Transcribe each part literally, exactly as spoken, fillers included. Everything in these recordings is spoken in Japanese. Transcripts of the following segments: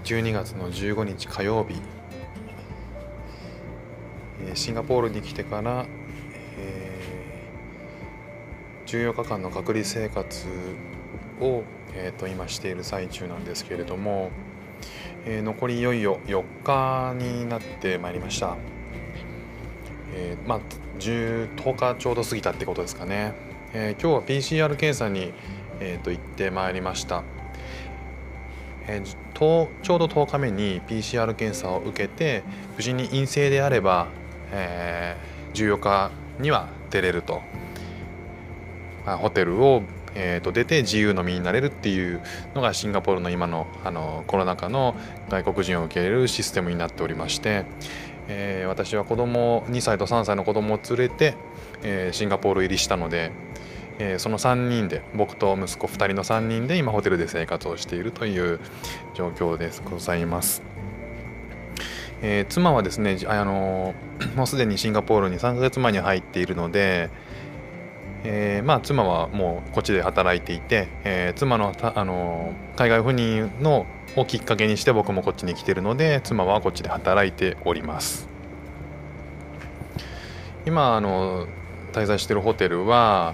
じゅうにがつのじゅうごにち火曜日、シンガポールに来てから、えー、じゅうよっかかんの隔離生活を、えー、と今している最中なんですけれども、えー、残りいよいよよっかになってまいりました。えー、まあじゅう、とおかちょうど過ぎたってことですかね。えー、今日は ピーシーアール 検査に、えー、と行ってまいりました。えー、とちょうどとおかめに ピーシーアール 検査を受けて、無事に陰性であれば、えー、じゅうよっかには出れると、まあ、ホテルを、えー、と出て自由の身になれるっていうのがシンガポールの今の、あのコロナ禍の外国人を受け入れるシステムになっておりまして、えー、私は子供にさいとさんさいの子供を連れて、えー、シンガポール入りしたので、えー、そのさんにんで、僕と息子ふたりのさんにんで今ホテルで生活をしているという状況でございます。えー、妻はですね、あのー、もうすでにシンガポールにさんかげつまえに入っているので、えーまあ、妻はもうこっちで働いていて、えー、妻の、あのー、海外赴任のをきっかけにして僕もこっちに来ているので、妻はこっちで働いております。今あの滞在しているホテルは、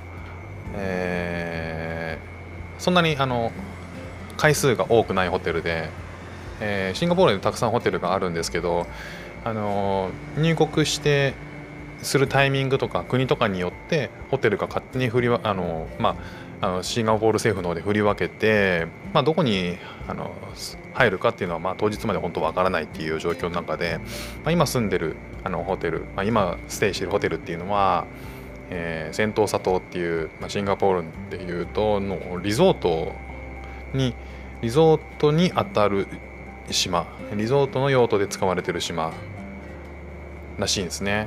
えー、そんなにあの回数が多くないホテルで、えー、シンガポールでたくさんホテルがあるんですけど、あの入国してするタイミングとか国とかによってホテルが勝手に振りわあの、まあ、あのシンガポール政府の方で振り分けて、まあ、どこにあの入るかっていうのは、まあ、当日まで本当わからないっていう状況の中で、まあ、今住んでるあのホテル、まあ、今ステイしてるホテルっていうのは、えー、セントーサ島っていう、まあ、シンガポールでいうとのリゾートにリゾートにあたる島、リゾートの用途で使われてる島らしいんですね。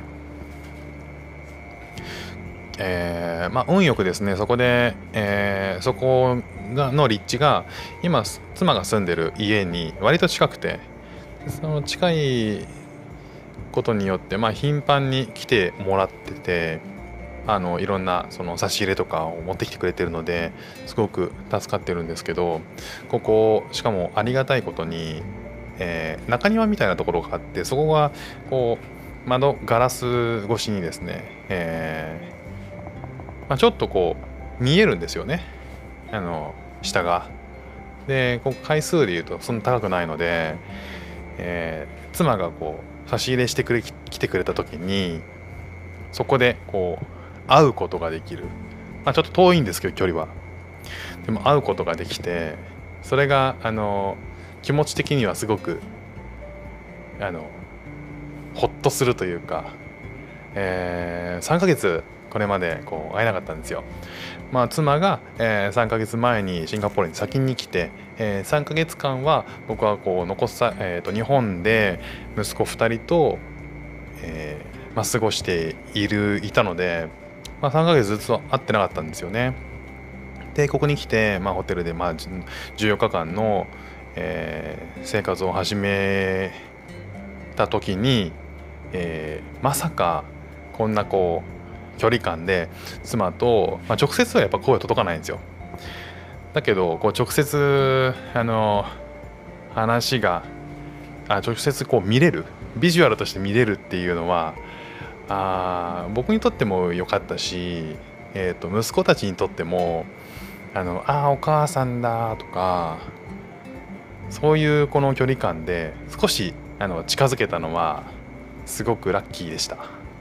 えーまあ、運よくですね、そこで、えー、そこがの立地が今妻が住んでる家に割と近くて、その近いことによって、まあ、頻繁に来てもらってて、あのいろんなその差し入れとかを持ってきてくれてるのですごく助かってるんですけど、ここしかもありがたいことに、えー、中庭みたいなところがあって、そこがこう窓ガラス越しにですね、えーまあ、ちょっとこう見えるんですよね、あの下が。でこう回数でいうとそんな高くないので、えー、妻がこう差し入れしてくれ来てくれた時にそこでこう会うことができる、まあ、ちょっと遠いんですけど距離は、でも会うことができて、それがあの気持ち的にはすごくあのほっとするというか、えー、さんかげつこれまでこう会えなかったんですよ。まあ、妻が、えー、さんかげつまえにシンガポールに先に来て、えー、さんかげつかんは僕はこう残さ、えー、と日本で息子ふたりと、えーまあ、過ごしているいたので、まあ、さんかげつずっと会ってなかったんですよね。でここに来て、まあ、ホテルでまあじゅうよっかかんの、えー、生活を始めた時に、えー、まさかこんなこう距離感で妻と、まあ、直接はやっぱ声は届かないんですよ。だけどこう直接あの話があ直接こう見れる、ビジュアルとして見れるっていうのはあ僕にとっても良かったし、えー、と息子たちにとってもあのあお母さんだとか、そういうこの距離感で少しあの近づけたのはすごくラッキーでした。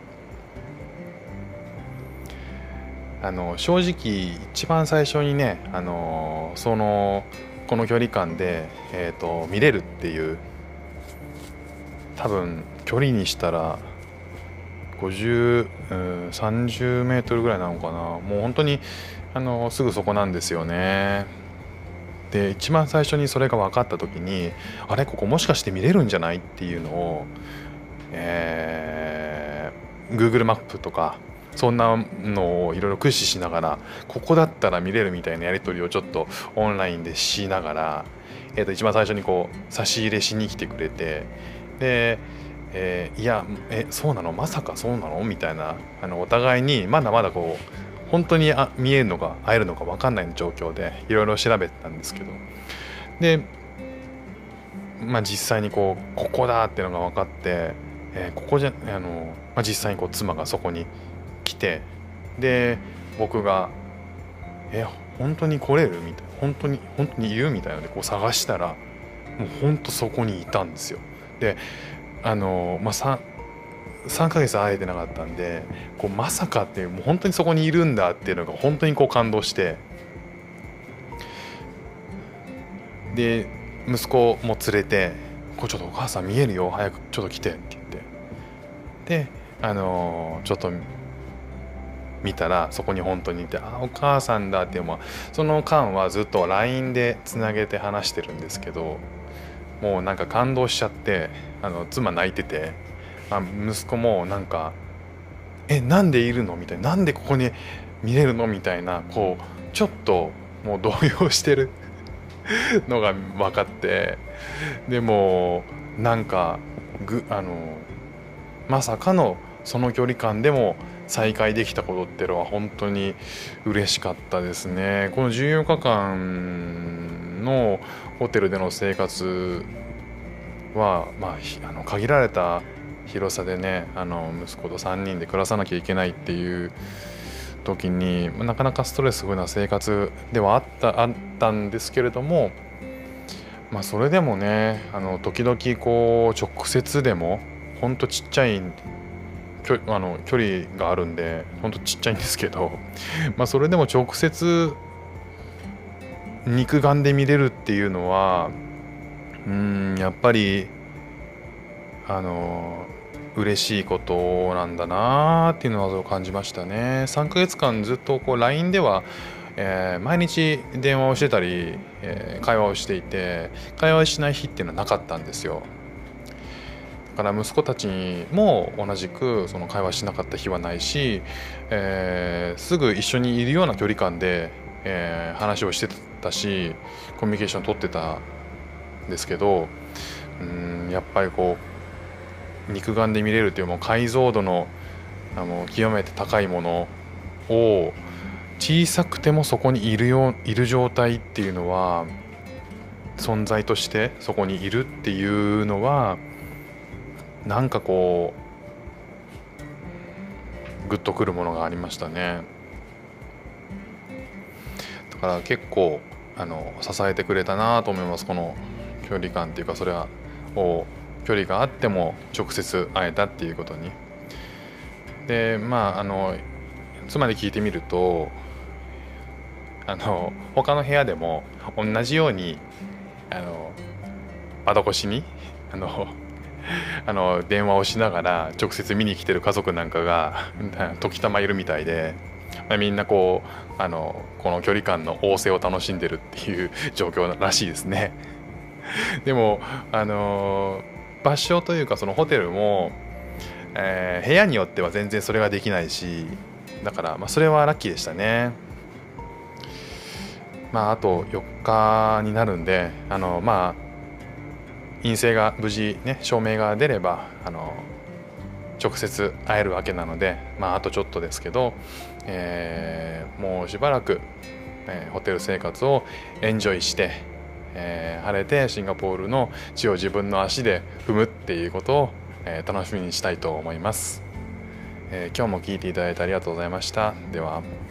あの正直一番最初にね、あのそのこの距離感で、えー、と見れるっていう、多分距離にしたらごじゅう、うん、さんじゅうメートルぐらいなのかな、もう本当にあのすぐそこなんですよね。で一番最初にそれが分かった時に、あれここもしかして見れるんじゃないっていうのを、えー、Google マップとかそんなのをいろいろ駆使しながら、ここだったら見れるみたいなやり取りをちょっとオンラインでしながら、えー、と一番最初にこう差し入れしに来てくれて、で、えー、いやえそうなのまさかそうなのみたいな、あのお互いにまだまだこう本当にあ見えるのか会えるのか分かんない状況でいろいろ調べてたんですけど、でまあ、実際にこうここだっていうのが分かって、えー、ここじゃあの、まあ、実際にこう妻がそこに来て、で僕が「え本当に来れる?」みたいな「本当に本当にいる?」みたいなのでこう探したら、もう本当そこにいたんですよ。であのまあ 3, 3ヶ月会えてなかったんで、こうまさかっていう、もう本当にそこにいるんだっていうのが本当にこう感動して、で息子も連れて「これちょっとお母さん見えるよ、早くちょっと来て」って言って、であのちょっと見たらそこに本当にいて、あお母さんだっていう、まあその間はずっと ライン でつなげて話してるんですけど、もうなんか感動しちゃって、あの妻泣いてて、あ息子もなんか「えなんでいるの?」みたいな「なんでここに見れるの?」みたいな、こうちょっともう動揺してるのが分かって、でもなんかぐあのまさかのその距離感でも再会できたことっていうのは本当に嬉しかったですね。このじゅうよっかかんのホテルでの生活は、まあ、あの限られた広さでね、あの息子とさんにんで暮らさなきゃいけないっていう時になかなかストレスフルな生活ではあったあったんですけれども、まあ、それでもね、あの時々こう直接でもほんとちっちゃい距あの距離があるんで、ほんとちっちゃいんですけどまあそれでも直接肉眼で見れるっていうのは、うーんやっぱりあの嬉しいことなんだなっていうのは感じましたね。さんかげつかんずっとこう ライン では、えー毎日電話をしてたり、えー会話をしていて、会話しない日っていうのはなかったんですよ。だから息子たちも同じくその会話しなかった日はないし、えーすぐ一緒にいるような距離感で、えー話をしてたし、コミュニケーション取ってたんですけど、うーんやっぱりこう肉眼で見れるという、もう解像度のあの極めて高いものを小さくてもそこにいるよういる状態っていうのは、存在としてそこにいるっていうのは、なんかこうグッとくるものがありましたね。だから結構あの支えてくれたなと思います。この距離感っていうか、それはを距離があっても直接会えたっていうことに。でまああの妻に聞いてみると、あの他の部屋でも同じようにあの窓越しにあのあの電話をしながら直接見に来てる家族なんかが時たまいるみたいで、まあ、みんなこうあのこの距離感の旺盛を楽しんでるっていう状況らしいですね。でもあの場所というかそのホテルも、えー部屋によっては全然それができないし、だからまあそれはラッキーでしたね。まああとよっかになるんで、あのまあ陰性が無事ね証明が出ればあの直接会えるわけなので、まああとちょっとですけど、えーもうしばらく、えーホテル生活をエンジョイして、えー晴れてシンガポールの地を自分の足で踏むっていうことを、えー楽しみにしたいと思います。えー今日も聞いていただいてありがとうございました。では。